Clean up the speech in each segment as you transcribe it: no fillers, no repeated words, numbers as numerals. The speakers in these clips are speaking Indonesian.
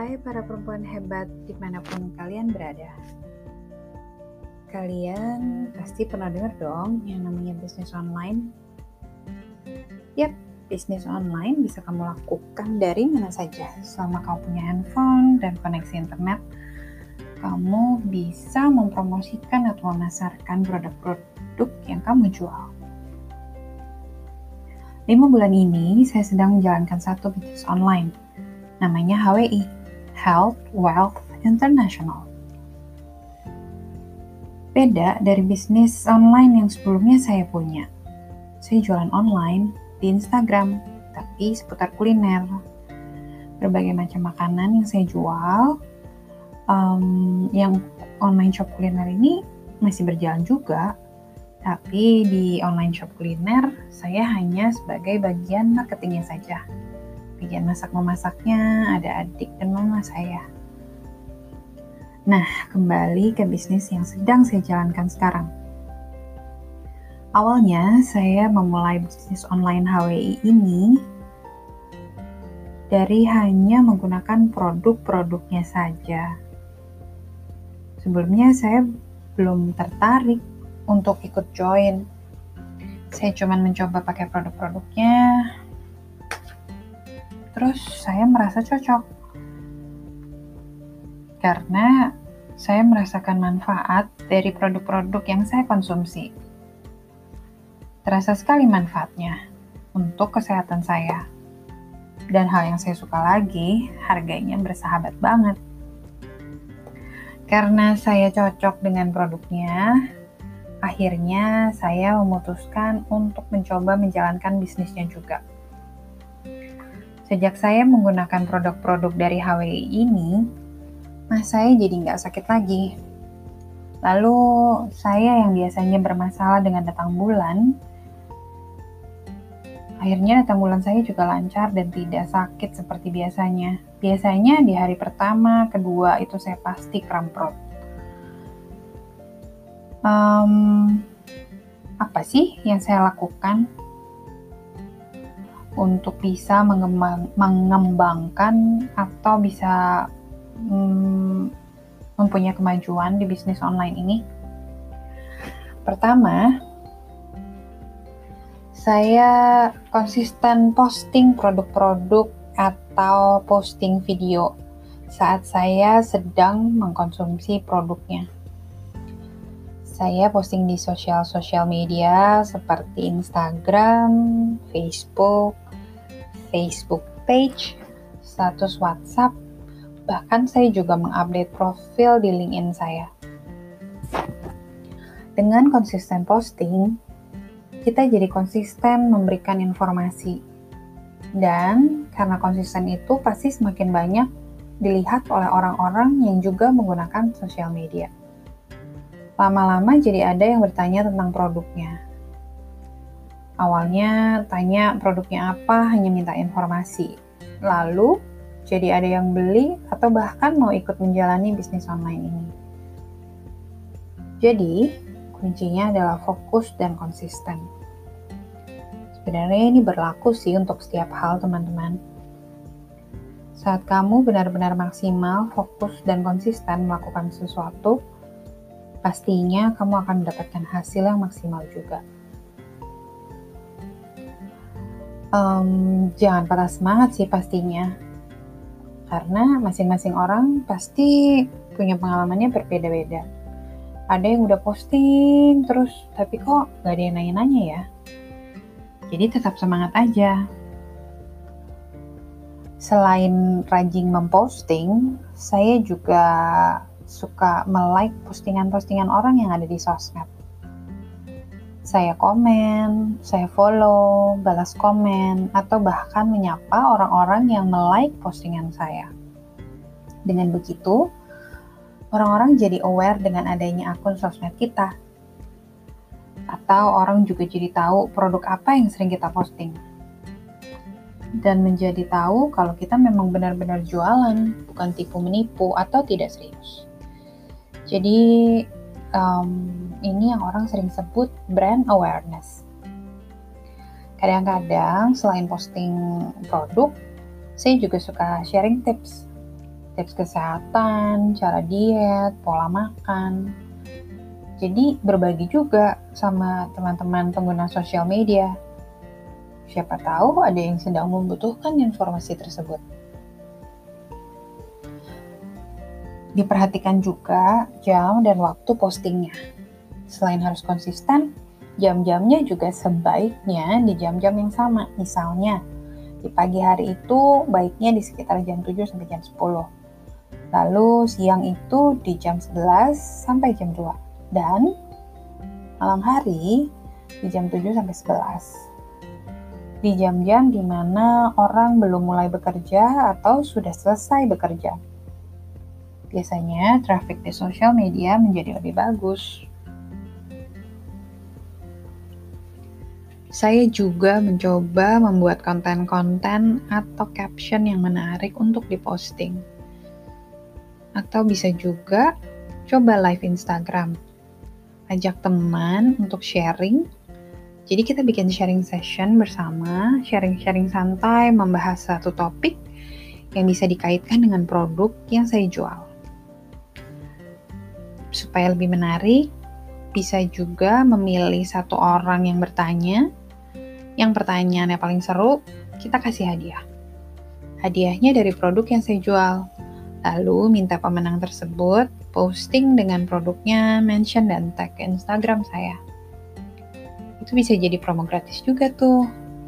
Hai para perempuan hebat dimanapun kalian berada. Kalian pasti pernah dengar dong yang namanya bisnis online. Yap, bisnis online bisa kamu lakukan dari mana saja. Selama kamu punya handphone dan koneksi internet, kamu bisa mempromosikan atau memasarkan produk-produk yang kamu jual. 5 bulan ini saya sedang menjalankan satu bisnis online. Namanya HWI, Health Wealth International. Beda dari bisnis online yang sebelumnya saya punya. Saya jualan online di Instagram, tapi seputar kuliner. Berbagai macam makanan yang saya jual, yang online shop kuliner ini masih berjalan juga, tapi di online shop kuliner saya hanya sebagai bagian marketingnya saja. Bagian masak-memasaknya ada adik dan mama saya. Nah, kembali ke bisnis yang sedang saya jalankan sekarang. Awalnya saya memulai bisnis online HWI ini dari hanya menggunakan produk-produknya saja. Sebelumnya saya belum tertarik untuk ikut join. Saya cuma mencoba pakai produk-produknya, terus saya merasa cocok. Karena saya merasakan manfaat dari produk-produk yang saya konsumsi. Terasa sekali manfaatnya untuk kesehatan saya. Dan hal yang saya suka lagi, harganya bersahabat banget. Karena saya cocok dengan produknya, akhirnya saya memutuskan untuk mencoba menjalankan bisnisnya juga. Sejak saya menggunakan produk-produk dari HWI ini, saya jadi nggak sakit lagi. Lalu saya yang biasanya bermasalah dengan datang bulan, akhirnya datang bulan saya juga lancar dan tidak sakit seperti biasanya. Biasanya di hari pertama, kedua itu saya pasti kram perut. Apa sih yang saya lakukan untuk bisa mengembangkan atau bisa mempunyai kemajuan di bisnis online ini? Pertama, saya konsisten posting produk-produk atau posting video saat saya sedang mengkonsumsi produknya. Saya posting di sosial media seperti Instagram, Facebook page, status WhatsApp, bahkan saya juga mengupdate profil di LinkedIn saya. Dengan konsisten posting, kita jadi konsisten memberikan informasi. Dan karena konsisten itu pasti semakin banyak dilihat oleh orang-orang yang juga menggunakan sosial media. Lama-lama jadi ada yang bertanya tentang produknya. Awalnya tanya produknya apa, hanya minta informasi. Lalu jadi ada yang beli atau bahkan mau ikut menjalani bisnis online ini. Jadi kuncinya adalah fokus dan konsisten. Sebenarnya ini berlaku sih untuk setiap hal, teman-teman. Saat kamu benar-benar maksimal, fokus, dan konsisten melakukan sesuatu, pastinya kamu akan mendapatkan hasil yang maksimal juga. Jangan patah semangat sih pastinya. Karena masing-masing orang pasti punya pengalamannya berbeda-beda. Ada yang udah posting terus, tapi kok gak ada yang nanya-nanya ya? Jadi tetap semangat aja. Selain rajin memposting, saya juga suka melike postingan-postingan orang yang ada di sosmed. Saya komen, saya follow, balas komen, atau bahkan menyapa orang-orang yang melike postingan saya. Dengan begitu, orang-orang jadi aware dengan adanya akun sosmed kita. Atau orang juga jadi tahu produk apa yang sering kita posting. Dan menjadi tahu kalau kita memang benar-benar jualan, bukan tipu-menipu atau tidak serius. Jadi, ini yang orang sering sebut brand awareness. Kadang-kadang selain posting produk, saya juga suka sharing tips. tips kesehatan, cara diet, pola makan. Jadi berbagi juga sama teman-teman pengguna sosial media. Siapa tahu ada yang sedang membutuhkan informasi tersebut. Diperhatikan juga jam dan waktu postingnya. Selain harus konsisten, jam-jamnya juga sebaiknya di jam-jam yang sama. Misalnya, di pagi hari itu baiknya di sekitar jam 7 sampai jam 10. Lalu siang itu di jam 11 sampai jam 2. Dan malam hari di jam 7 sampai 11. Di jam-jam di mana orang belum mulai bekerja atau sudah selesai bekerja. Biasanya traffic di sosial media menjadi lebih bagus. Saya juga mencoba membuat konten-konten atau caption yang menarik untuk diposting. Atau bisa juga coba live Instagram. Ajak teman untuk sharing. Jadi kita bikin sharing session bersama, sharing-sharing santai, membahas satu topik yang bisa dikaitkan dengan produk yang saya jual. Supaya lebih menarik, bisa juga memilih satu orang yang bertanya. Yang pertanyaannya paling seru, kita kasih hadiah. Hadiahnya dari produk yang saya jual. Lalu minta pemenang tersebut posting dengan produknya, mention dan tag ke Instagram saya. Itu bisa jadi promo gratis juga tuh.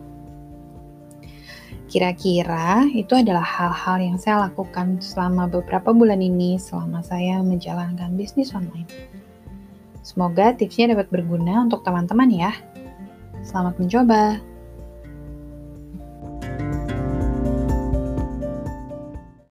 Kira-kira itu adalah hal-hal yang saya lakukan selama beberapa bulan ini selama saya menjalankan bisnis online. Semoga tipsnya dapat berguna untuk teman-teman ya. Selamat mencoba.